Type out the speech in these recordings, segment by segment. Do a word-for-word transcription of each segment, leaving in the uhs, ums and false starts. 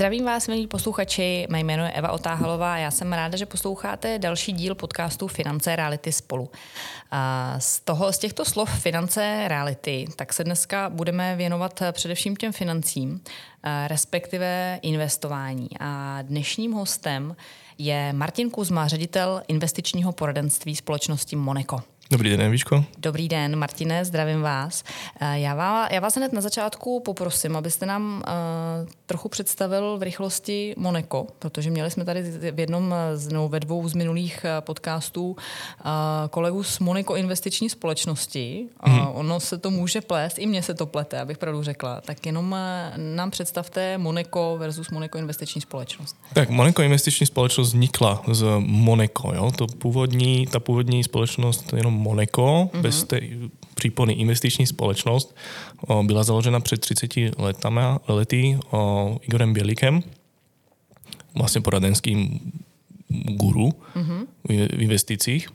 Zdravím vás, milí posluchači, mé jméno je Eva Otáhalová a já jsem ráda, že posloucháte další díl podcastu Finance reality spolu. Z, toho, z těchto slov finance reality, tak se dneska budeme věnovat především těm financím, respektive investování. A dnešním hostem je Martin Kuzma, ředitel investičního poradenství společnosti Moneco. Dobrý den, Evičko. Dobrý den, Martine, zdravím vás. Já vás, já vás hned na začátku poprosím, abyste nám uh, trochu představil v rychlosti Moneco, protože měli jsme tady v jednom z, no, ve dvou z minulých podcastů uh, kolegu z Moneco investiční společnosti. Mm. Uh, ono se to může plést, i mně se to plete, abych pravdu řekla. Tak jenom uh, nám představte Moneco versus Moneco investiční společnost. Tak Moneco investiční společnost vznikla z Moneco, jo? To původní, ta původní společnost jenom Moneco, mm-hmm. bez té přípony investiční společnost, o, byla založena před třiceti letama, lety o, Igorem Bělíkem, vlastně poradenským guru mm-hmm. v investicích.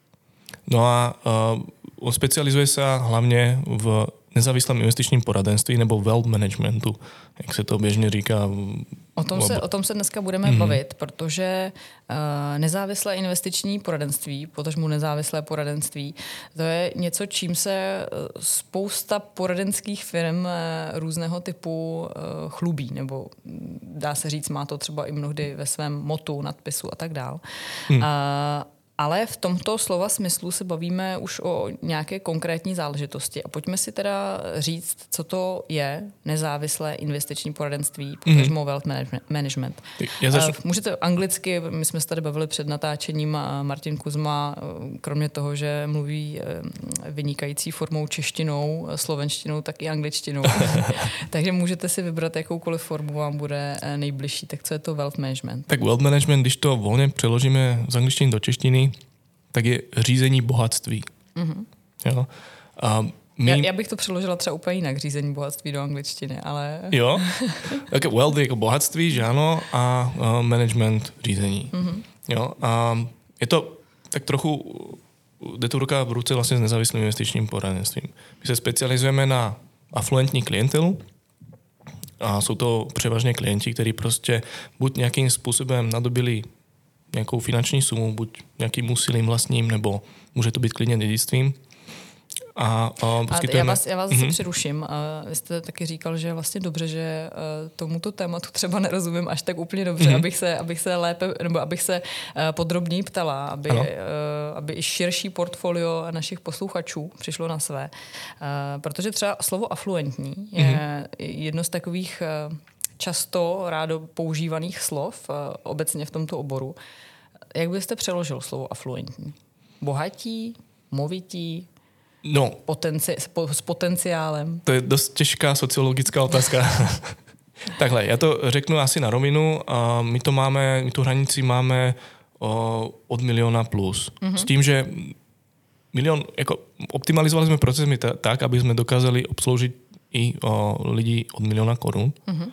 No a o, on specializuje se hlavně v nezávislém investičním poradenství nebo wealth managementu, jak se to běžně říká. O tom se, o tom se dneska budeme mm. bavit, protože uh, nezávislé investiční poradenství, potažmu nezávislé poradenství, to je něco, čím se spousta poradenských firm uh, různého typu uh, chlubí, nebo dá se říct, má to třeba i mnohdy ve svém motu, nadpisu a tak dál. Mm. Uh, Ale v tomto slova smyslu se bavíme už o nějaké konkrétní záležitosti. A pojďme si teda říct, co to je nezávislé investiční poradenství, potažmo mm-hmm. wealth management. Začnu... Můžete anglicky, my jsme se tady bavili před natáčením, Martin Kuzma, kromě toho, že mluví vynikající formou češtinou, slovenštinou, tak i angličtinou. Takže můžete si vybrat, jakoukoliv formu vám bude nejbližší. Tak co je to wealth management? Tak wealth management, když to volně přeložíme z angličtiny do češtiny, tak je řízení bohatství. Mm-hmm. Jo? A my... já, já bych to přeložila třeba úplně jinak, řízení bohatství do angličtiny, ale... Jo? Tak wealth jako bohatství, že ano, a uh, management řízení. Mm-hmm. Jo? A je to tak trochu, jde to ruka v ruce vlastně s nezávislým investičním poradenstvím. My se specializujeme na afluentní klientelu a jsou to převážně klienti, kteří prostě buď nějakým způsobem nadobili nějakou finanční sumu, buď nějakým úsilím vlastním, nebo může to být klidně dědictvím. A, a, a já vás, já vás mm-hmm. přeruším. A vy jste taky říkal, že je vlastně dobře, že uh, tomuto tématu třeba nerozumím až tak úplně dobře, mm-hmm. abych se, abych se lépe, nebo abych se uh, podrobněji ptala, aby, uh, aby i širší portfolio našich posluchačů přišlo na své. Uh, protože třeba slovo afluentní je mm-hmm. jedno z takových uh, často rádo používaných slov uh, obecně v tomto oboru. Jak byste přeložil slovo afluentní? Bohatí, movití, no, potenci- po, s potenciálem? To je dost těžká sociologická otázka. Takhle, já to řeknu asi na rovinu. A my to máme, my tu hranici máme o, od miliona plus. Mm-hmm. S tím, že milion, jako optimalizovali jsme procesy t- tak, aby jsme dokázali obsloužit i o, lidi od miliona korun. Mm-hmm.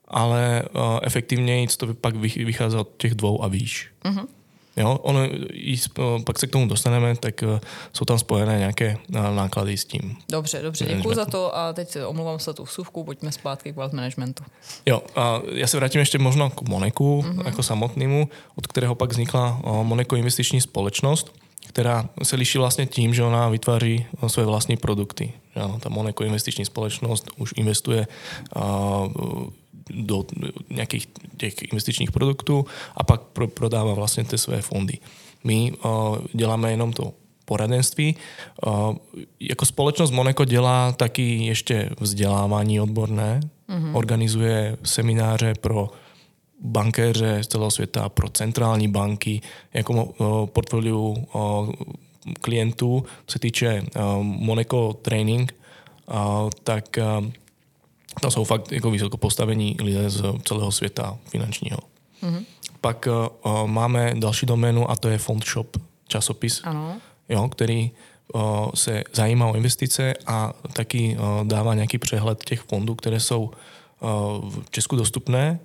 Ale o, efektivněji to pak vychází od těch dvou a výš. Mm-hmm. Jo, ono, pak se k tomu dostaneme, tak jsou tam spojené nějaké náklady s tím. Dobře, dobře, děkuji za to a teď omlouvám se za tu vsuvku, pojďme zpátky k wealth managementu. Jo, a já se vrátím ještě možná k Monecu, mm-hmm. jako samotnému, od kterého pak vznikla Moneco investiční společnost, která se liší vlastně tím, že ona vytváří své vlastní produkty. Jo, ta Moneco investiční společnost už investuje uh, do nějakých těch investičních produktů a pak pro, prodává vlastně ty své fondy. My uh, děláme jenom to poradenství. Uh, jako společnost Moneco dělá taky ještě vzdělávání odborné, mm-hmm. organizuje semináře pro bankéře z celého světa, pro centrální banky, jako uh, portfoliu uh, klientů, se týče uh, Moneco Training, uh, tak uh, tam jsou fakt jako vysoko postavení lidé z celého světa finančního. Mm-hmm. Pak uh, máme další doménu a to je Fond Shop časopis, ano. Jo, který uh, se zajímá o investice a taky uh, dává nějaký přehled těch fondů, které jsou uh, v Česku dostupné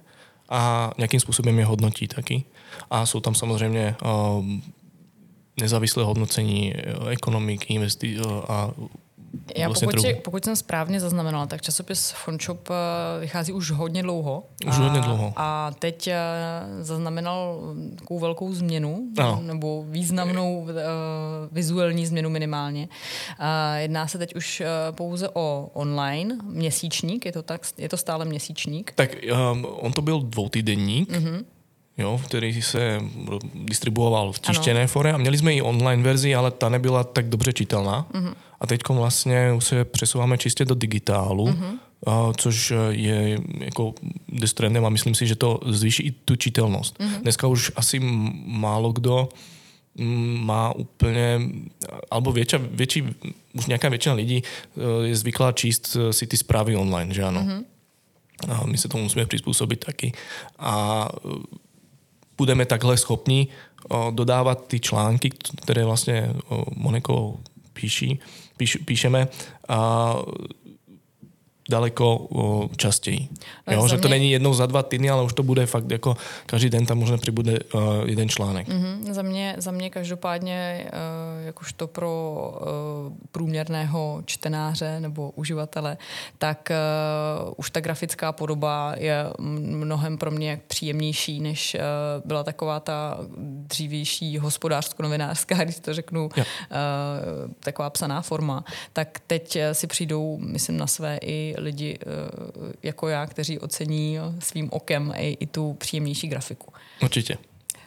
a nějakým způsobem je hodnotí taky. A jsou tam samozřejmě uh, nezávislé hodnocení ekonomik, investi- a Já vlastně pokud, trhu. si, pokud jsem správně zaznamenala, tak časopis Fonshop vychází už hodně dlouho. Už a, hodně dlouho. A teď zaznamenal takovou velkou změnu, ano. nebo významnou uh, vizuální změnu minimálně. Uh, jedná se teď už uh, pouze o online měsíčník, je to, tak, je to stále měsíčník? Tak um, on to byl dvoutýdenník, mm-hmm. jo, který se distribuoval v tištěné fore a měli jsme i online verzi, ale ta nebyla tak dobře čitelná. Mm-hmm. A teď vlastně se přesouváme čistě do digitálu, mm-hmm. a, což je jako destrendem a myslím si, že to zvýší i tu čitelnost. Mm-hmm. Dneska už asi málo kdo má úplně, alebo větša, větší, už nějaká většina lidí je zvyklá číst si ty zprávy online, že ano? Mm-hmm. A my se tomu musíme přizpůsobit taky. A budeme takhle schopni o, dodávat ty články, které vlastně o, Moneko píší, píš, píšeme a daleko o, častěji. Jo, že to není jednou za dva týdny, ale už to bude fakt jako každý den tam možná přibude uh, jeden článek. Mm-hmm. Za mě, za mě každopádně uh, jakožto pro uh, průměrného čtenáře nebo uživatele, tak uh, už ta grafická podoba je mnohem pro mě příjemnější, než uh, byla taková ta dřívější hospodářsko-novinářská, když to řeknu, uh, taková psaná forma. Tak teď si přijdou, myslím, na své i lidi jako já, kteří ocení svým okem i, i tu příjemnější grafiku. Určitě.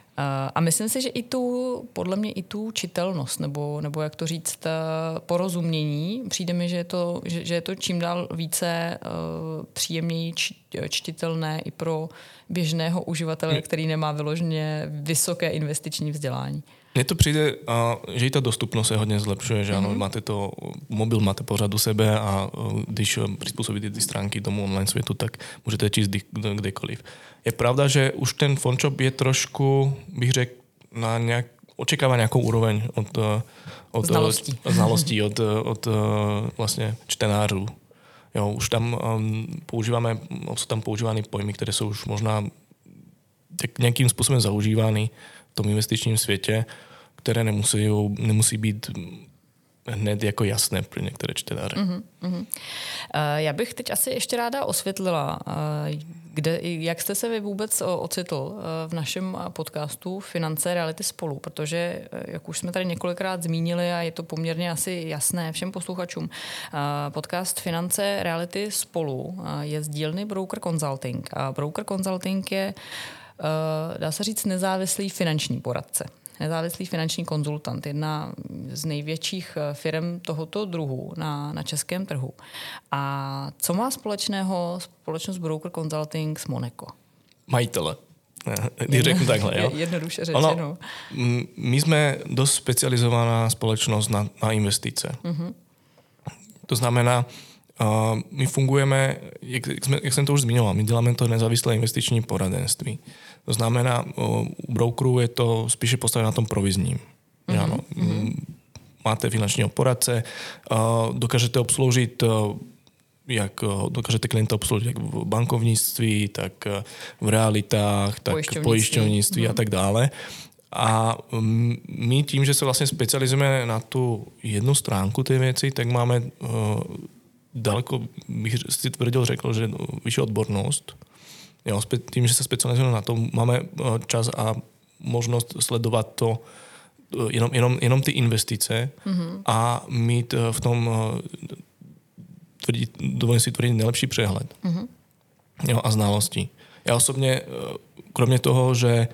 A myslím si, že i tu, podle mě i tu čitelnost, nebo, nebo jak to říct, porozumění, přijde mi, že je to, že, že je to čím dál více uh, příjemněji č, čtitelné i pro běžného uživatele, který nemá vyloženě vysoké investiční vzdělání. Mně to přijde, že i ta dostupnost se hodně zlepšuje, že ano, mm-hmm. máte to, mobil máte pořád u sebe a když přizpůsobíte ty stránky tomu online světu, tak můžete číst kdekoliv. Je pravda, že už ten Fonshop je trošku, bych řekl, na nějak, očekává nějakou úroveň od, od znalostí, znalostí od, od vlastně čtenářů. Jo, už tam um, používáme, jsou tam používány pojmy, které jsou už možná tak nějakým způsobem zaužívány v tom investičním světě, které nemusí, nemusí být hned jako jasné pro některé čtenáře. Uh-huh, uh-huh. Já bych teď asi ještě ráda osvětlila, kde, jak jste se vy vůbec ocitl v našem podcastu Finance reality spolu, protože, jak už jsme tady několikrát zmínili a je to poměrně asi jasné všem posluchačům, podcast Finance reality spolu je z dílny Broker Consulting. A Broker Consulting je, dá se říct, nezávislý finanční poradce. Nezávislý finanční konzultant, jedna z největších firm tohoto druhu na, na českém trhu. A co má společného společnost Broker Consulting s Moneko? Majitele. Když řeknu takhle, jo? Jednoduše řečeno. Ono, my jsme dost specializovaná společnost na, na investice. Uh-huh. To znamená, uh, my fungujeme, jak, jak, jsme, jak jsem to už zmiňoval, my děláme to nezávislé investiční poradenství. To znamená, u brokerů je to spíše postavené na tom provizním. Mm-hmm. Ano. Máte finančního poradce, dokážete obsloužit, jak dokážete klienta obsloužit jak v bankovnictví, tak v realitách, tak v pojišťovnictví mm-hmm. a tak dále. A my tím, že se vlastně specializujeme na tu jednu stránku té věci, tak máme daleko, bych si tvrdil, řekl, že vyšší odbornost. Jo, tím, že se specializujeme na to, máme čas a možnost sledovat to, jenom, jenom, jenom ty investice mm-hmm. a mít v tom, tvrdit, dovolím si tvrdit, nejlepší přehled. Mm-hmm. Jo, a znalosti. Já osobně, kromě toho, že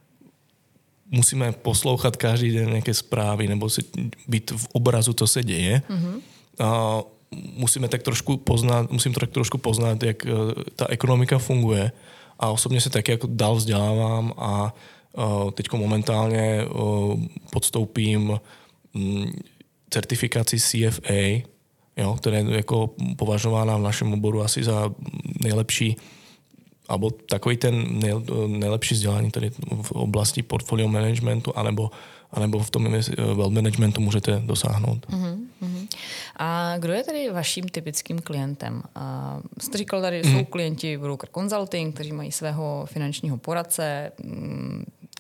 musíme poslouchat každý den nějaké zprávy nebo si být v obrazu, co se děje, mm-hmm. a musíme tak trošku poznat, musím tak trošku poznat, jak ta ekonomika funguje a osobně se taky jako dál vzdělávám a uh, teďko momentálně uh, podstoupím um, certifikaci C F A, jo, která je jako považována v našem oboru asi za nejlepší alebo takový ten nej, nejlepší vzdělání tady v oblasti portfolio managementu anebo anebo v tom wealth managementu můžete dosáhnout. Uh-huh, uh-huh. A kdo je tedy vaším typickým klientem? Uh, jste říkal, tady uh-huh. jsou klienti Broker Consulting, kteří mají svého finančního poradce.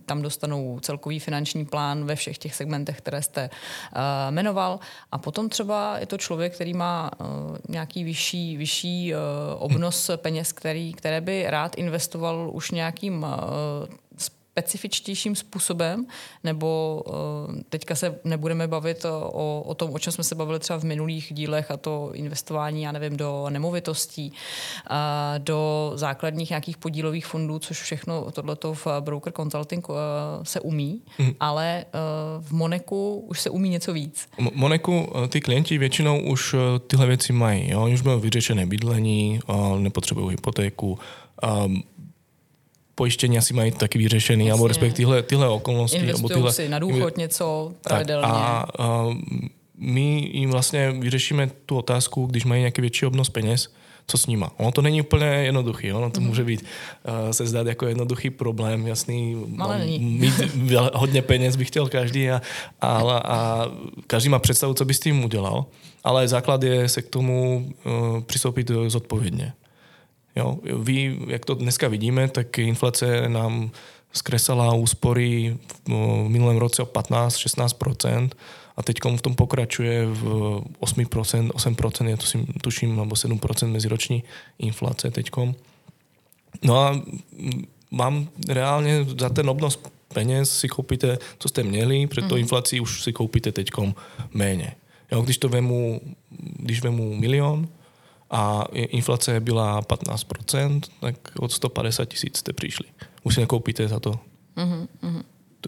tam dostanou celkový finanční plán ve všech těch segmentech, které jste uh, jmenoval. A potom třeba je to člověk, který má uh, nějaký vyšší, vyšší uh, obnos peněz, který, které by rád investoval už nějakým uh, specifičtějším způsobem, nebo uh, teďka se nebudeme bavit o, o tom, o čem jsme se bavili třeba v minulých dílech, a to investování, já nevím, do nemovitostí, uh, do základních nějakých podílových fondů, což všechno tohleto v broker consulting uh, se umí, mm. ale uh, v Moneku už se umí něco víc. V Moneku ty klienti většinou už tyhle věci mají. Jo? Oni už mají vyřešené bydlení, uh, nepotřebují hypotéku, um, pojištění asi mají taky vyřešený, vlastně. Alebo respektive tyhle, tyhle okolnosti. Investují tyhle, si na důchod něco pravidelně. A, a my jim vlastně vyřešíme tu otázku, když mají nějaký větší obnos peněz, co s nima. Ono to není úplně jednoduchý, ono to mm. může být, uh, se zdát jako jednoduchý problém, jasný, ale není. Mít hodně peněz by chtěl každý a, a, a každý má představu, co by s tím udělal, ale základ je se k tomu uh, přistoupit zodpovědně. Jo, ví, jak to dneska vidíme, tak inflace nám zkresala úspory v minulém roce o patnáct až šestnáct procent a teď v tom pokračuje v osm procent, osm procent je to si tuším, nebo sedm procent meziroční inflace teďkom. No a mám reálně za ten obnos peněz si koupíte, co jste měli, před tou inflací už si koupíte teďkom méně. Jo, když to vemu, když vemu milion, a inflace byla patnáct procent, tak od sto padesát tisíc jste přišli. Už si nekoupíte za to uh-huh.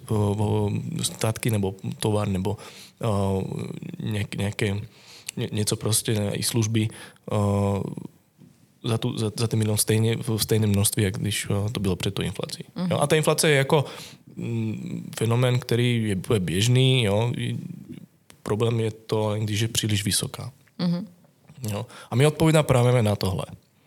statky nebo tovar nebo uh, nějaké, ně, něco prostě i služby uh, za, tu, za, za ty milion stejně, v stejném množství, jak když uh, to bylo před tou inflací. Uh-huh. Jo? A ta inflace je jako mm, fenomén, který je běžný. Jo? Problém je to, když je příliš vysoká. Uh-huh. Jo. A my odpovídáme na tohle.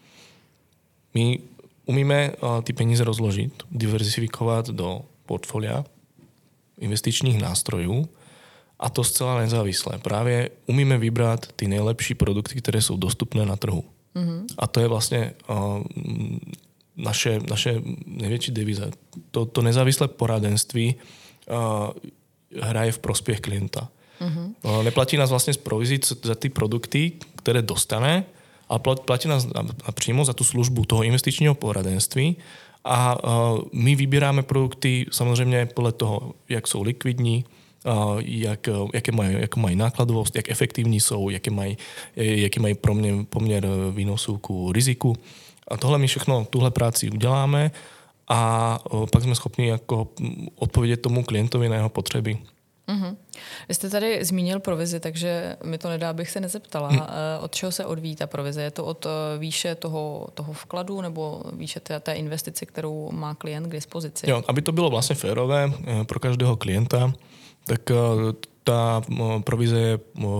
My umíme uh, ty peníze rozložit, diverzifikovat do portfolia investičních nástrojů a to zcela nezávisle. Právě umíme vybrat ty nejlepší produkty, které jsou dostupné na trhu. Mm-hmm. A to je vlastně uh, naše, naše největší devize. To, to nezávislé poradenství uh, hraje v prospěch klienta. Mm-hmm. Neplatí nás vlastně z provizí za ty produkty, které dostane, ale platí nás přímo za tu službu toho investičního poradenství a my vybíráme produkty samozřejmě podle toho, jak jsou likvidní, jak, jaké mají, jak mají nákladovost, jak efektivní jsou, jaký mají, jaký mají poměr, poměr výnosu ku riziku. A tohle my všechno, tuhle práci uděláme a pak jsme schopni jako odpovědět tomu klientovi na jeho potřeby. Mm-hmm. Vy jste tady zmínil provizi, takže mi to nedá, abych se nezeptala. Mm. Od čeho se odvíjí ta provize? Je to od výše toho, toho vkladu nebo výše té, té investice, kterou má klient k dispozici? Jo, aby to bylo vlastně férové pro každého klienta, tak ta provize je,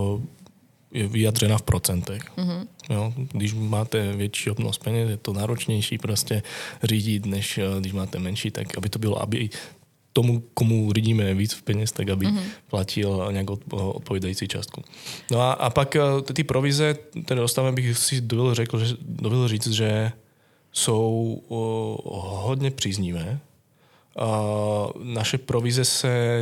je vyjadřena v procentech. Mm-hmm. Jo, když máte větší obnos peněz, je to náročnější prostě řídit, než když máte menší, tak aby to bylo, aby tomu, komu řídíme víc v peněz, tak aby mm-hmm. platil nějak odpovídající částku. No a, a pak ty provize, které dostáváme, bych si dovolil, řekl, že, dovolil říct, že jsou o, hodně příznivé. A naše provize se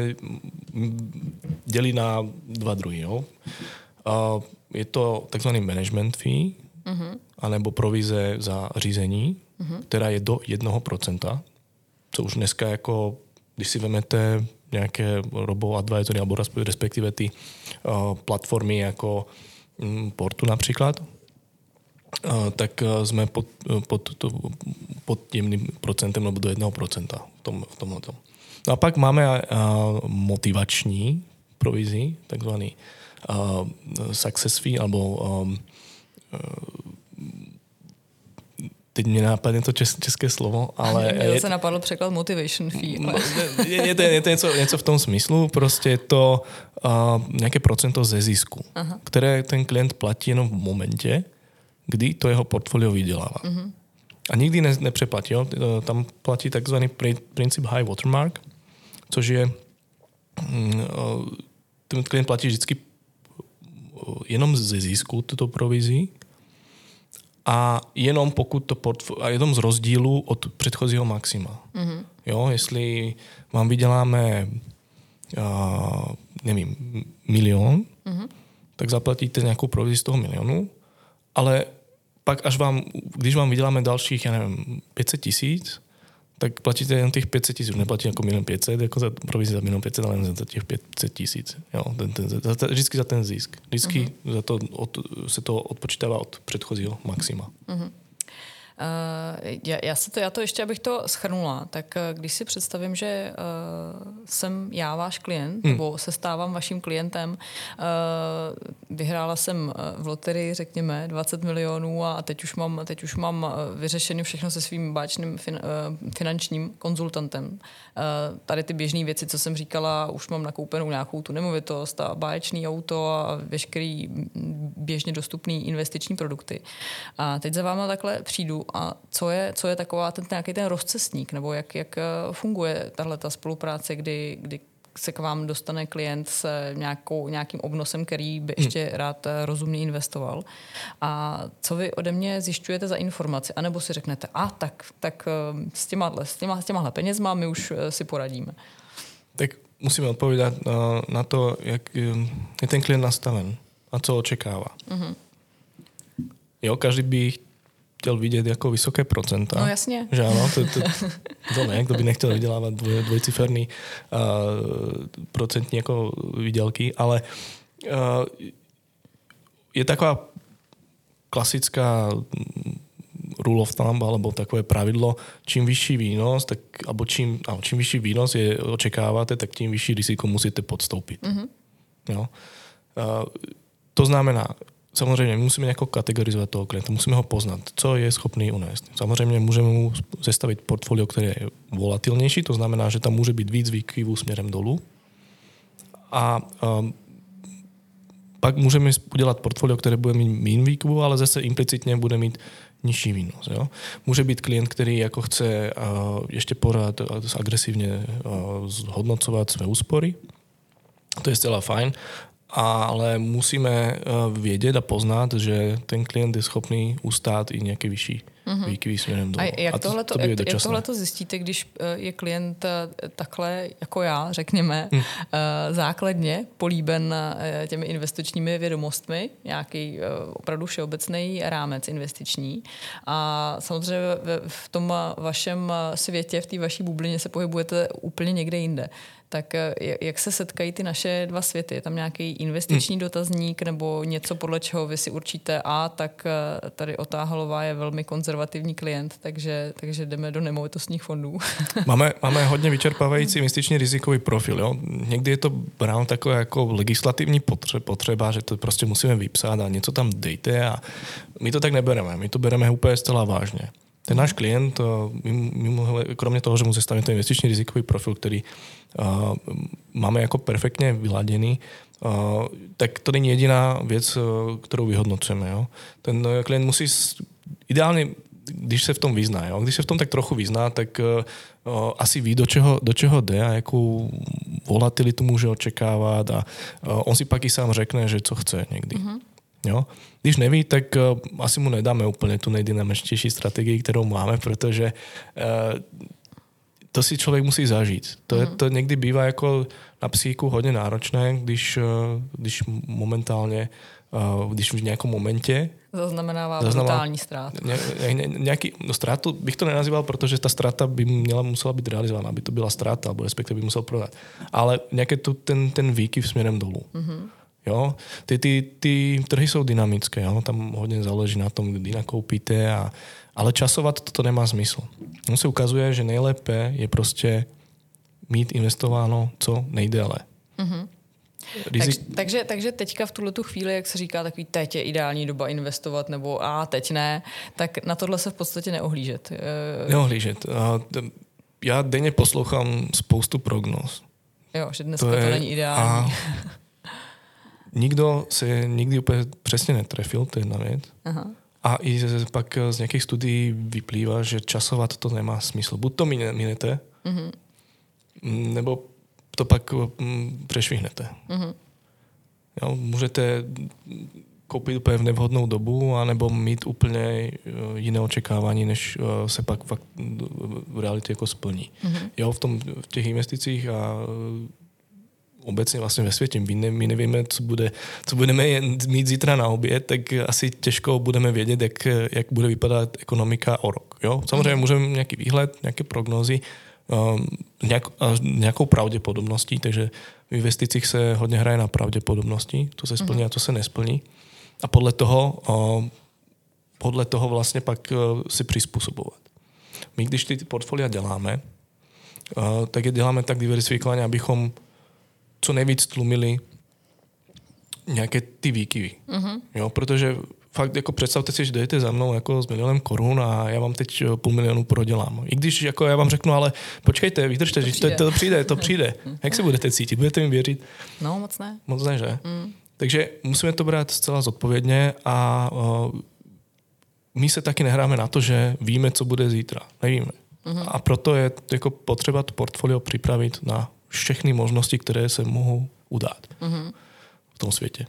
dělí na dva druhy. Jo? A je to takzvaný management fee, mm-hmm. anebo provize za řízení, mm-hmm. která je do jednoho procenta, co už dneska jako když si vezmete nějaké robo-advisory nebo respektive ty uh, platformy jako um, Portu například, uh, tak uh, jsme pod, uh, pod, to, pod jemným procentem nebo do jednoho procenta v, tom, v tomhle tom. No a pak máme uh, motivační provizi, takzvaný uh, success fee, alebo um, uh, teď mě napadne to čes, české slovo, ale... Mě se napadl překlad motivation fee. Ale... je, je to, je to něco, něco v tom smyslu, prostě je to uh, nějaké procento ze zisku, aha. které ten klient platí jenom v momentě, kdy to jeho portfolio vydělává. Uh-huh. A nikdy ne, nepřeplatí. Jo? Tam platí takzvaný princip high watermark, což je uh, ten klient platí vždycky jenom ze zisku tuto provizi, a jenom pokud to portfolio, a jenom z rozdílu od předchozího maxima. Mm-hmm. Jo, jestli vám vyděláme uh, nevím, milion, mm-hmm. tak zaplatíte nějakou provizi z toho milionu, ale pak až vám, když vám vyděláme dalších, já nevím, pět set tisíc, tak platíte jen těch pět set tisíc, neplatí jako milion pět set, jako za provizi za milion pět set, ale jen za těch pět set tisíc. Jo, ten, ten, za, za, vždycky za ten zisk. Vždycky uh-huh. za to, od, se to odpočítává od předchozího maxima. Uh-huh. Uh, já, já, se to, já to ještě, abych to shrnula, tak když si představím, že uh, jsem já váš klient, hmm. nebo se stávám vaším klientem, uh, vyhrála jsem v loterii, řekněme, dvacet milionů a teď už mám, teď už mám vyřešený všechno se svým báčným fin, uh, finančním konzultantem. Uh, tady ty běžné věci, co jsem říkala, už mám nakoupenou nějakou tu nemovitost a báječný auto a veškerý běžně dostupný investiční produkty. A teď za váma takhle přijdu a co je, co je taková ten nějaký ten rozcestník, nebo jak, jak funguje tahle ta spolupráce, kdy, kdy se k vám dostane klient s nějakou, nějakým obnosem, který by ještě hmm. rád rozumně investoval. A co vy ode mě zjišťujete za informaci? A nebo si řeknete, a tak, tak s těmahle, s těma, s těmahle penězma my už si poradíme. Tak musíme odpovědět na, na to, jak je ten klient nastaven a co očekává. Mm-hmm. Jo, každý by chtěl vidět jako vysoké procenta. No jasně. Že ano, to, to, to ne, kdo by nechtěl vydělávat dvoj, dvojciferný uh, procentní jako výdělky, ale uh, je taková klasická rule of thumb, alebo takové pravidlo, čím vyšší výnos, tak, alebo čím, alebo čím vyšší výnos je očekáváte, tak tím vyšší riziko musíte podstoupit. Mm-hmm. Jo? Uh, to znamená, samozřejmě musíme nějak kategorizovat toho klienta, musíme ho poznat, co je schopný unést. Samozřejmě můžeme mu sestavit portfolio, které je volatilnější, to znamená, že tam může být víc výkyvů směrem dolů. A um, pak můžeme udělat portfolio, které bude mít méně výkyvů, ale zase implicitně bude mít nižší výnos. Jo? Může být klient, který jako chce uh, ještě pořád uh, agresivně uh, zhodnocovat své úspory. To je zcela fajn. Ale musíme vědět a poznat, že ten klient je schopný ustát i nějaké vyšší mm-hmm. výkyvy směrem dolů. A jak tohleto, to jak, jak tohleto zjistíte, když je klient takhle jako já, řekněme, mm. základně políben těmi investičními vědomostmi, nějaký opravdu všeobecný rámec investiční a samozřejmě v tom vašem světě, v té vaší bublině se pohybujete úplně někde jinde. Tak jak se setkají ty naše dva světy? Je tam nějaký investiční hmm. dotazník nebo něco, podle čeho vy si určíte, a tak tady Otáhalová je velmi konzervativní klient, takže, takže jdeme do nemovitostních fondů. Máme, máme hodně vyčerpávající investiční rizikový profil. Jo? Někdy je to bráno takové jako legislativní potřeba, že to prostě musíme vypsat a něco tam dejte a my to tak nebereme. My to bereme úplně zcela vážně. Ten náš klient, mimo, kromě toho, že mu sestavíme ten investiční rizikový profil, který uh, máme jako perfektně vyladěný, uh, tak to není jediná věc, uh, kterou vyhodnocujeme. Jo? Ten klient musí ideálně, když se v tom vyzná, jo? Když se v tom tak trochu vyzná, tak uh, asi ví, do čeho, do čeho jde a jakou volatilitu může očekávat a uh, on si pak i sám řekne, že co chce někdy. Mm-hmm. Jo? Když neví, tak uh, asi mu nedáme úplně tu nejdynamičtější strategii, kterou máme, protože uh, to si člověk musí zažít. To, mm. je, to někdy bývá jako na psychiku hodně náročné, když, uh, když momentálně, uh, když v nějakém momentě zaznamenává brutální ztrát. Ně, ně, nějaký, no ztrátu bych to nenazýval, protože ta ztráta by měla, musela být realizována, aby to byla ztráta, alebo respektive by musel prodat. Ale nějaký tu, ten, ten výkyv směrem dolů. Mm-hmm. Jo? Ty, ty, ty trhy jsou dynamické, jo? Tam hodně záleží na tom, kdy nakoupíte, a, ale časovat toto nemá smysl. On se ukazuje, že nejlépe je prostě mít investováno co nejdéle. Mm-hmm. Rizik... Tak, takže, takže teďka v tuhletu chvíli, jak se říká, takový teď je ideální doba investovat, nebo a teď ne, tak na tohle se v podstatě neohlížet. Neohlížet. Já denně poslouchám spoustu prognóz. Jo, že dneska to, je... to není ideální. A... Nikdo se nikdy úplně přesně netrefil, to je jedna věc. Aha. A i pak z nějakých studií vyplývá, že časovat to nemá smysl. Buď to minete, mm-hmm. nebo to pak přešvihnete. Mm-hmm. Jo, můžete koupit úplně v nevhodnou dobu, anebo mít úplně jiné očekávání, než se pak fakt v realitě jako splní. Mm-hmm. Jo, v, tom, v těch investicích a obecně vlastně ve světě. My, ne, my nevíme, co, bude, co budeme mít zítra na oběd, tak asi těžko budeme vědět, jak, jak bude vypadat ekonomika o rok. Jo? Samozřejmě mm. můžeme nějaký výhled, nějaké prognózy, um, nějak, nějakou pravděpodobností, takže v investicích se hodně hraje na pravděpodobnosti, to se splní mm. a to se nesplní. A podle toho, um, podle toho vlastně pak uh, si přizpůsobovat. My, když ty portfolia děláme, uh, tak je děláme tak diversifikovaně, abychom co nejvíc tlumili nějaké ty výkyvy. Mm-hmm. Jo, protože fakt jako představte si, že jdete za mnou jako s milionem korun a já vám teď půl milionu prodělám. I když jako já vám řeknu, ale počkejte, vydržte, to že přijde. To, to přijde, to přijde. Jak se budete cítit? Budete mi věřit? No, moc ne. Moc ne, že? Mm. Takže musíme to brát zcela zodpovědně a uh, my se taky nehráme na to, že víme, co bude zítra. Nevíme. Mm-hmm. A proto je jako potřeba to portfolio připravit na všechny možnosti, které se mohou udát mm-hmm. v tom světě.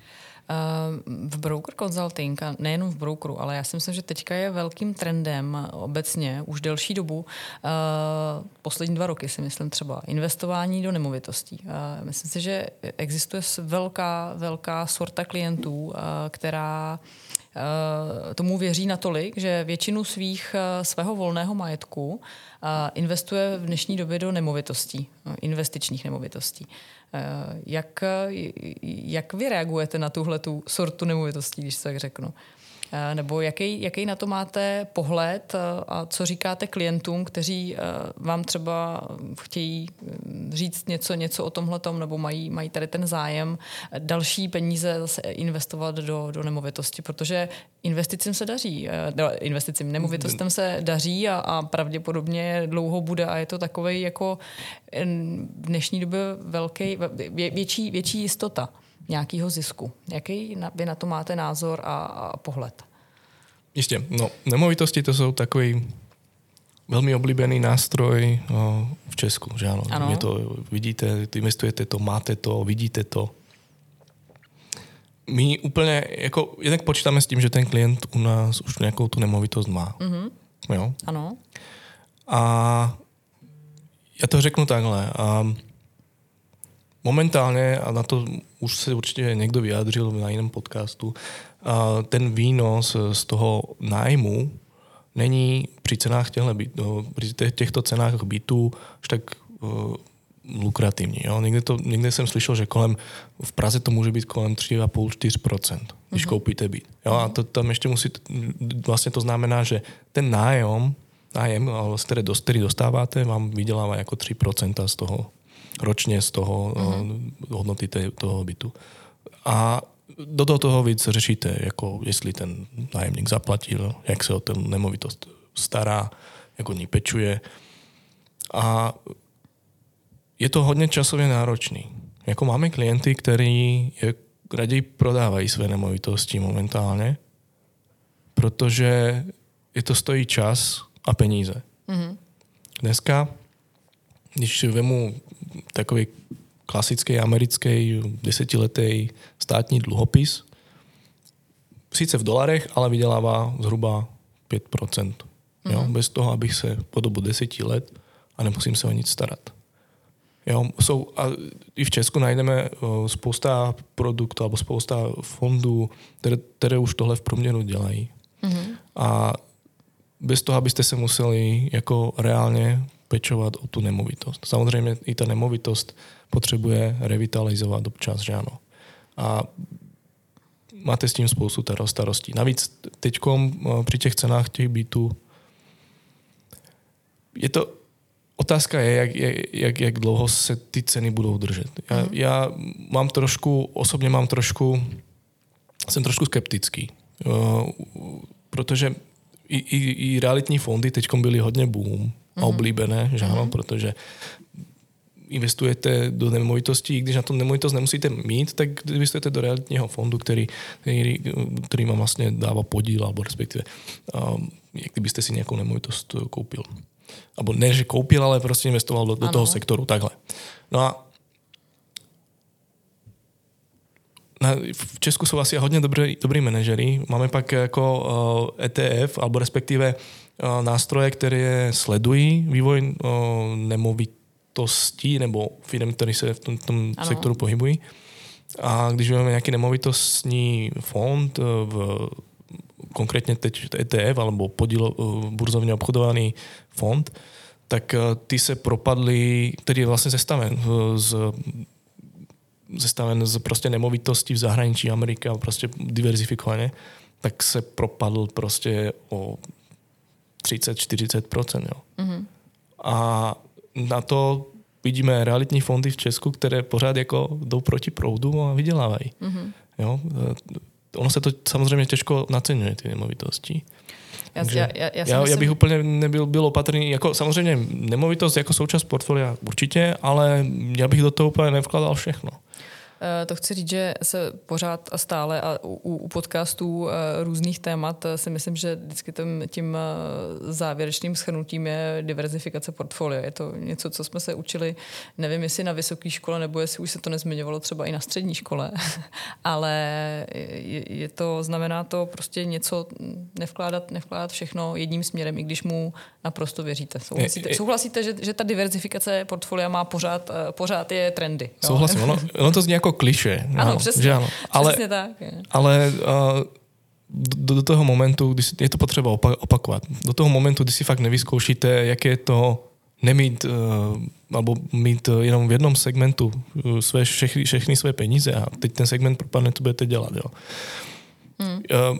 V broker consulting, a nejenom v brokeru, ale já si myslím, že teďka je velkým trendem obecně už delší dobu, poslední dva roky si myslím třeba, investování do nemovitostí. Myslím si, že existuje velká, velká sorta klientů, která tomu věří natolik, že většinu svých, svého volného majetku investuje v dnešní době do nemovitostí, investičních nemovitostí. Jak, jak vy reagujete na tuhletu sortu nemovitostí, když se tak řeknu? Nebo jaký, jaký na to máte pohled a co říkáte klientům, kteří vám třeba chtějí říct něco, něco o tomhletom, nebo mají, mají tady ten zájem další peníze zase investovat do, do nemovitosti, protože investicím se daří, investicím, nemovitostem se daří a, a pravděpodobně dlouho bude a je to takovej jako v dnešní době velký, větší, větší jistota nějakého zisku. Jaký na, vy na to máte názor a, a pohled? Jistě. No, nemovitosti to jsou takový velmi oblíbený nástroj o, v Česku, že ano? ano. To vidíte, investujete to, máte to, vidíte to. My úplně, jako, jednak počítáme s tím, že ten klient u nás už nějakou tu nemovitost má. Mm-hmm. Jo? Ano. A já to řeknu takhle. A momentálně, a na to už se určitě někdo vyjádřil na jiném podcastu, a ten výnos z toho nájmu není při cenách těchto bytů, při těchto cenách bytů až tak uh, lukrativní. Jo? Někde, to, někde jsem slyšel, že kolem, v Praze to může být kolem tři celá pět až čtyři procenta, když uh-huh. koupíte byt. Jo? A to tam ještě musí, vlastně to znamená, že ten nájom, nájem, který, který dostáváte, vám vydělává jako tři procenta z toho ročně z toho uh-huh. hodnoty toho bytu. A do toho, toho víc řešíte, jako jestli ten nájemník zaplatil, jak se o ten nemovitost stará, jak o ní pečuje. A je to hodně časově náročný. Jako máme klienty, kteří raději prodávají své nemovitosti momentálně, protože je to stojí čas a peníze. Mm-hmm. Dneska, když vemu takový klasický americký desetiletý státní dluhopis, sice v dolarech, ale vydělává zhruba pět procent. Mm-hmm. Jo? Bez toho, abych se po dobu deseti let a nemusím se o nic starat. Jo? Jsou, a i v Česku najdeme spousta produktů nebo spousta fondů, které, které už tohle v průměru dělají. Mm-hmm. A bez toho, abyste se museli jako reálně pečovat o tu nemovitost. Samozřejmě i ta nemovitost potřebuje revitalizovat občas, že ano. A máte s tím spoustu starostí. Navíc teďkom při těch cenách těch bytů je to, otázka je, jak, jak, jak dlouho se ty ceny budou držet. Já, mm. já mám trošku, osobně mám trošku, jsem trošku skeptický, protože i, i, i realitní fondy teďkom byly hodně boom a oblíbené, že ano, mm. protože investujete do nemovitostí, když na to nemovitost nemusíte mít, tak investujete do realitního fondu, který, který, který vám vlastně dává podíl, alebo respektive um, jak kdybyste si nějakou nemovitost koupil. Abo ne, že koupil, ale prostě investoval do, do toho sektoru, takhle. No a Na, v Česku jsou asi hodně dobrý, dobrý manažery. Máme pak jako uh, E T F, alebo respektíve uh, nástroje, které sledují vývoj uh, nemovitostí nebo firm, které se v tom, tom sektoru pohybují. A když máme nějaký nemovitostní fond, uh, v, konkrétně teď E T F alebo podíl uh, burzovně obchodovaný fond, tak uh, ty se propadly, který je vlastně zestaven uh, z zestaven z prostě nemovitostí v zahraničí Amerika, prostě diverzifikovaně, tak se propadl prostě o třicet až čtyřicet procent. Jo. Mm-hmm. A na to vidíme realitní fondy v Česku, které pořád jako jdou proti proudu a vydělávají. Mm-hmm. Jo. Ono se to samozřejmě těžko naceňuje, ty nemovitosti. Já, já, já, já, já, myslím... já bych úplně nebyl byl opatrný, jako samozřejmě nemovitost jako součást portfolia určitě, ale já bych do toho úplně nevkladal všechno. To chci říct, že se pořád a stále a u, u podcastů různých témat si myslím, že vždycky tím, tím závěrečným shrnutím je diverzifikace portfolia. Je to něco, co jsme se učili, nevím, jestli na vysoké škole, nebo jestli už se to nezmiňovalo třeba i na střední škole, ale je, je to, znamená to prostě něco nevkládat, nevkládat všechno jedním směrem, i když mu naprosto věříte. Souhlasíte, je, je, souhlasíte že, že ta diverzifikace portfolia má pořád, pořád je trendy? Jo? Souhlasím, ono, ono to zní jako kliše. Ano, přesně, že ano. Ale, přesně tak. Ale uh, do, do toho momentu, kdy je to potřeba opakovat, do toho momentu, kdy si fakt nevyzkoušíte, jak je to nemít, uh, alebo mít jenom v jednom segmentu uh, své, všechny, všechny své peníze a teď ten segment propadne, to budete dělat. Jo. Hmm. Uh,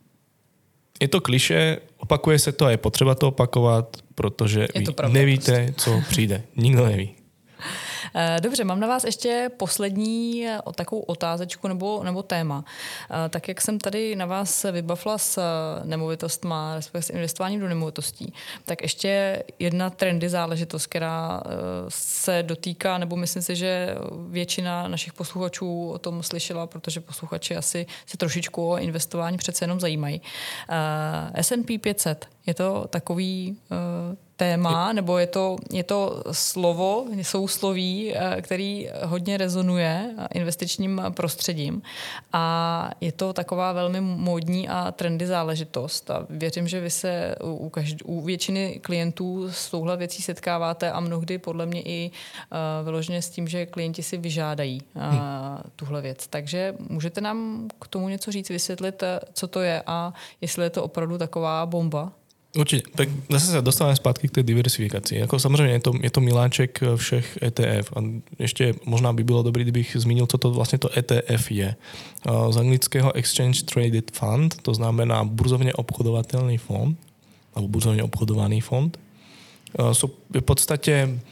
je to kliše, opakuje se to a je potřeba to opakovat, protože vy nevíte, prostě. Co přijde. Nikdo neví. Dobře, mám na vás ještě poslední takovou otázečku nebo, nebo téma. Tak jak jsem tady na vás vybavila s nemovitostma, respektive s investováním do nemovitostí, tak ještě jedna trendy záležitost, která se dotýká, nebo myslím si, že většina našich posluchačů o tom slyšela, protože posluchači asi se trošičku o investování přece jenom zajímají. S and P pět set, je to takový téma, nebo je to, je to slovo, sousloví, který hodně rezonuje investičním prostředím a je to taková velmi módní a trendy záležitost a věřím, že vy se u, každý, u většiny klientů s touhle věcí setkáváte a mnohdy podle mě i uh, vyloženě s tím, že klienti si vyžádají uh, hmm. tuhle věc. Takže můžete nám k tomu něco říct, vysvětlit, co to je a jestli je to opravdu taková bomba? Určitě. Tak zase se dostáváme zpátky k té diversifikaci. Jako samozřejmě je to, je to miláček všech E T F. A ještě možná by bylo dobré, kdybych zmínil, co to vlastně to E T F je. Z anglického Exchange Traded Fund, to znamená burzovně obchodovatelný fond, nebo burzovně obchodovaný fond. Jsou v podstatě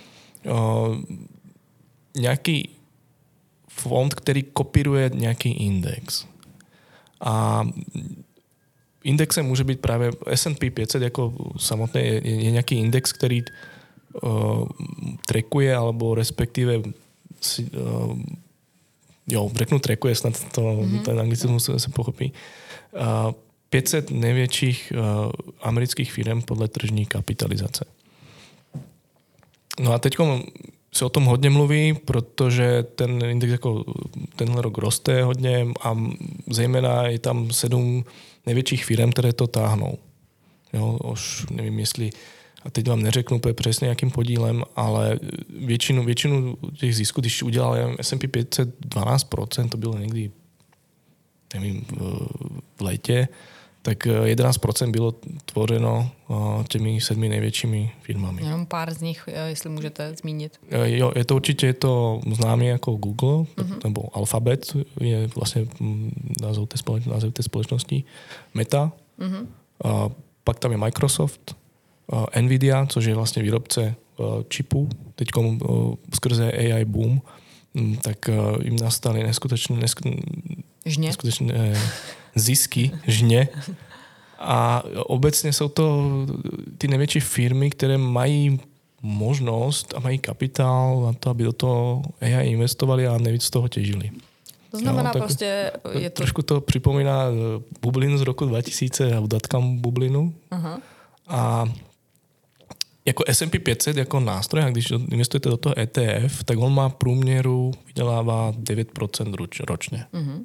nějaký fond, který kopíruje nějaký index. A indexem může být právě S and P pět set jako samotné je, je nějaký index, který uh, trackuje, alebo respektive si, uh, jo, řeknu trackuje, snad to, mm-hmm. ten anglicismus se, se pochopí. Uh, pět set největších uh, amerických firm podle tržní kapitalizace. No a teď se o tom hodně mluví, protože ten index jako tenhle rok roste hodně a zejména je tam sedm největších firm, které to táhnou. Jo, už nevím, jestli, a teď vám neřeknu úplně přesně, jakým podílem, ale většinu, většinu těch zisků, když udělal S and P pět set dvanáct procent, to bylo někdy, nevím, v létě, tak jedenáct procent bylo tvořeno těmi sedmi největšími firmami. Jenom pár z nich, jestli můžete zmínit. Jo, je to určitě je to známý jako Google, mm-hmm. nebo Alphabet, je vlastně název té, společ, název té společnosti, Meta, mm-hmm. a pak tam je Microsoft, a Nvidia, což je vlastně výrobce čipů, teď skrze A I boom, tak jim nastaly neskutečné, neskutečné zisky, žně. A obecně jsou to ty největší firmy, které mají možnost a mají kapitál na to, aby do toho A I investovali a nejvíc z toho těžili. To znamená no, prostě... Je to... Trošku to připomíná bublinu z roku dva tisíce, nebo dotcom bublinu. Aha. A jako S and P pět set jako nástroj, a když investujete do toho E T F, tak on má průměru, vydělává devět procent ročně. Uh-huh.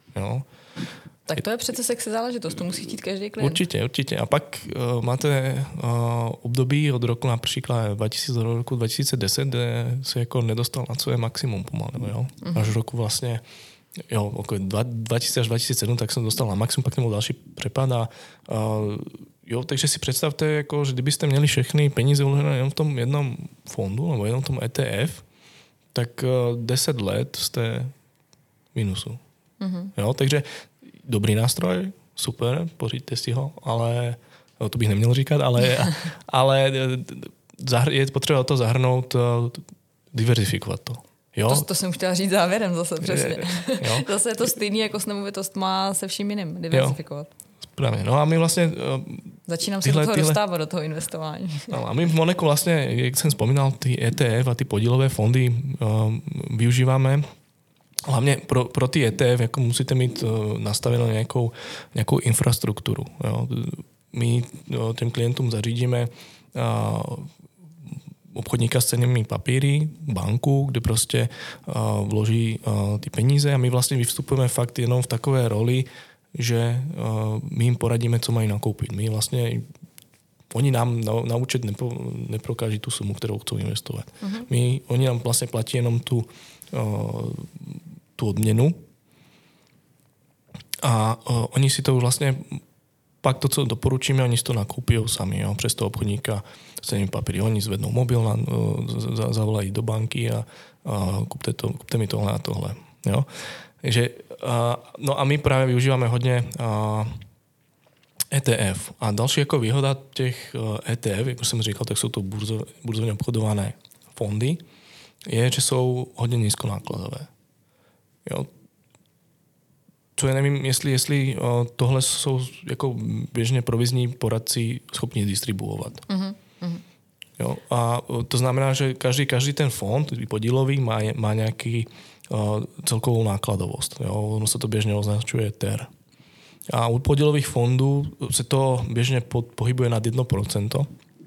Jo. Tak to je přece sexy záležitost, to musí chtít každý klient. Určite, určite. A pak uh, máte uh, období od roku například dva tisíce do roku dva tisíce deset, kde se jako nedostal na svoje maximum pomalu, jo. Mm-hmm. Až roku vlastně, jo, okolo dva tisíce až dva tisíce sedm, tak jsem dostal na maximum, pak nebyl další přepad a uh, jo, takže si představte, jako, že kdybyste měli všechny peníze uložené jenom v tom jednom fondu, nebo jenom v tom E T F, tak uh, deset let jste minusu. Mm-hmm. Jo, takže dobrý nástroj, super, pořiďte si ho, ale to bych neměl říkat, ale, ale je potřeba to zahrnout, diverzifikovat to. Jo? To, to jsem chtěla říct závěrem zase přesně. Jo? Zase je to stejný, jako s nemovitost má se vším jiným, diverzifikovat. Jo. Správně. No a my vlastně... Začínám se do toho tyhle... dostávat, do toho investování. No a my v Moneku vlastně, jak jsem vzpomínal, ty E T F a ty podílové fondy uh, využíváme. Hlavně pro, pro ty E T F jako musíte mít uh, nastavenou nějakou, nějakou infrastrukturu. Jo. My uh, těm klientům zařídíme uh, obchodníka s cennými papíry, banku, kde prostě uh, vloží uh, ty peníze a my vlastně vyvstupujeme fakt jenom v takové roli, že uh, my jim poradíme, co mají nakoupit. My vlastně, oni nám na, na účet nepo, neprokáží tu sumu, kterou chcou investovat. Uh-huh. My, oni nám vlastně platí jenom tu uh, tu odměnu a uh, oni si to vlastně pak to, co doporučíme, oni si to nakoupí sami, jo, přes toho obchodníka s cennými papíry. Oni zvednou mobil, uh, zavolají do banky a uh, kupte, to, kupte mi tohle a tohle. Jo. Takže, uh, no a my právě využíváme hodně uh, E T F. A další jako výhoda těch uh, E T F, jak už jsem říkal, tak jsou to burzo, burzovně obchodované fondy, je, že jsou hodně nízkonákladové. Jo. Co já nevím, jestli, jestli uh, tohle jsou jako běžně provizní poradci schopni distribuovat. Uh-huh. Uh-huh. Jo. A uh, to znamená, že každý, každý ten fond podílový má, má nějaký uh, celkovou nákladovost. Jo. Ono se to běžně označuje T E R. A u podílových fondů se to běžně pod, pohybuje nad jedno procento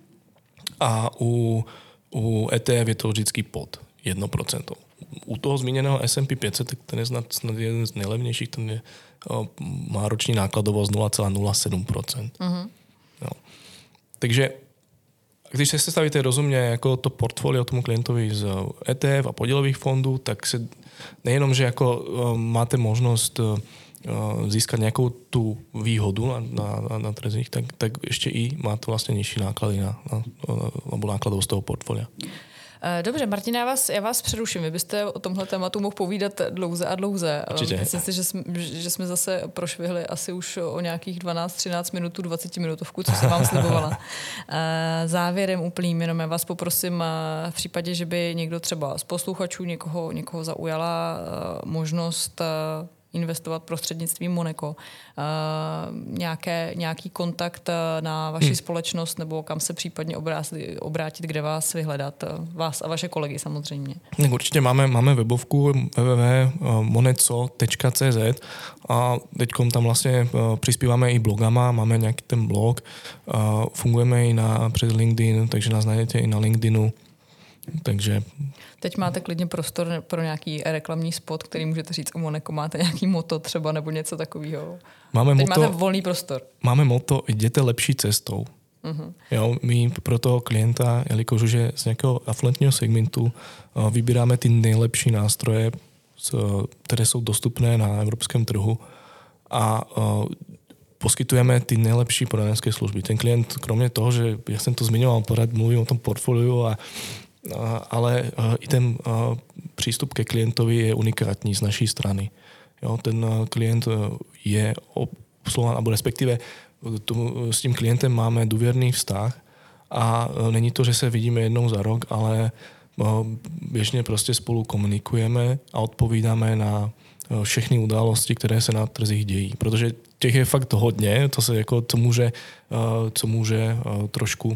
a u, u E T F je to vždycky pod jedno procento. U toho zmíněného S and P pět set, ten je snad, snad jeden z nejlevnějších, ten je, o, má roční nákladovost nula celá nula sedm procenta. Uh-huh. Jo. Takže když se stavíte rozumně jako to portfolio tomu klientovi z E T F a podílových fondů, tak se nejenom, že jako o, máte možnost o, získat nějakou tu výhodu na, na, na trzích, tak, tak ještě i máte vlastně nižší náklady na, na, nebo nákladovost toho portfolia. Dobře, Martina, já vás, já vás přeruším. Vy byste o tomhle tématu mohl povídat dlouze a dlouze. Určitě. Myslím si, že jsme, že jsme zase prošvihli asi už o nějakých dvanáct třináct minut, dvacet minutovku, co jsem vám slibovala. Závěrem úplným, jenom já vás poprosím v případě, že by někdo třeba z posluchačů někoho, někoho zaujala možnost investovat prostřednictvím Moneco. Uh, nějaké, nějaký kontakt na vaši hmm. společnost nebo kam se případně obrátit, obrátit, kde vás vyhledat, vás a vaše kolegy samozřejmě. Určitě máme, máme webovku w w w tečka moneco tečka c z a teďkom tam vlastně uh, přispíváme i blogama, máme nějaký ten blog, uh, fungujeme i na, přes LinkedIn, takže nás najdete i na LinkedInu. Takže... Teď máte klidně prostor pro nějaký reklamní spot, který můžete říct o Moneco. Máte nějaký moto třeba nebo něco takového? Máme Teď moto, máte volný prostor. Máme moto jděte lepší cestou. Uh-huh. Jo, my pro toho klienta, jelikož už je z nějakého afluentního segmentu, vybíráme ty nejlepší nástroje, které jsou dostupné na evropském trhu a poskytujeme ty nejlepší poradenské služby. Ten klient, kromě toho, že jak jsem to zmiňoval, porad mluvím o tom portfoliu a ale uh, i ten uh, přístup ke klientovi je unikátní z naší strany. Jo, ten uh, klient uh, je obsluhován, nebo respektive tu, s tím klientem máme důvěrný vztah a uh, není to, že se vidíme jednou za rok, ale uh, běžně prostě spolu komunikujeme a odpovídáme na uh, všechny události, které se na trzích dějí. Protože těch je fakt hodně, to se jako, co může, uh, co může uh, trošku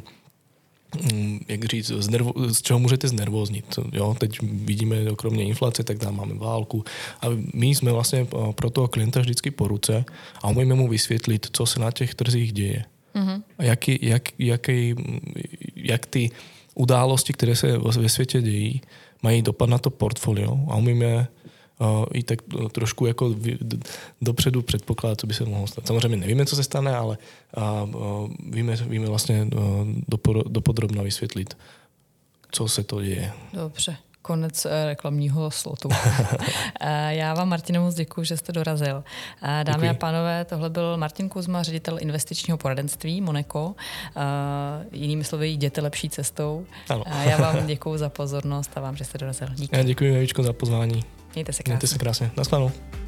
jak říct, z, nervo, z čeho můžete znervóznit. Jo? Teď vidíme, kromě inflace, tak tam máme válku. A my jsme vlastně pro toho klienta vždycky po ruce a umíme mu vysvětlit, co se na těch trzích děje. Mm-hmm. A jaký, jak, jaký, jak ty události, které se ve světě dějí, mají dopad na to portfolio a umíme i tak trošku jako dopředu předpokládat, co by se mohlo stát. Samozřejmě nevíme, co se stane, ale víme, víme vlastně dopodrobna vysvětlit, co se to děje. Dobře. Konec reklamního slotu. Já vám, Martine, moc děkuji, že jste dorazil. Dámy děkuji. A pánové, tohle byl Martin Kuzma, ředitel investičního poradenství Moneco. Jinými slovy, jděte lepší cestou. Ano. Já vám děkuji za pozornost a vám, že jste dorazil. Díky. Já děkuji, Evičko, za pozvání. Mějte se krásně. Mějte se krásně. Naschledanou.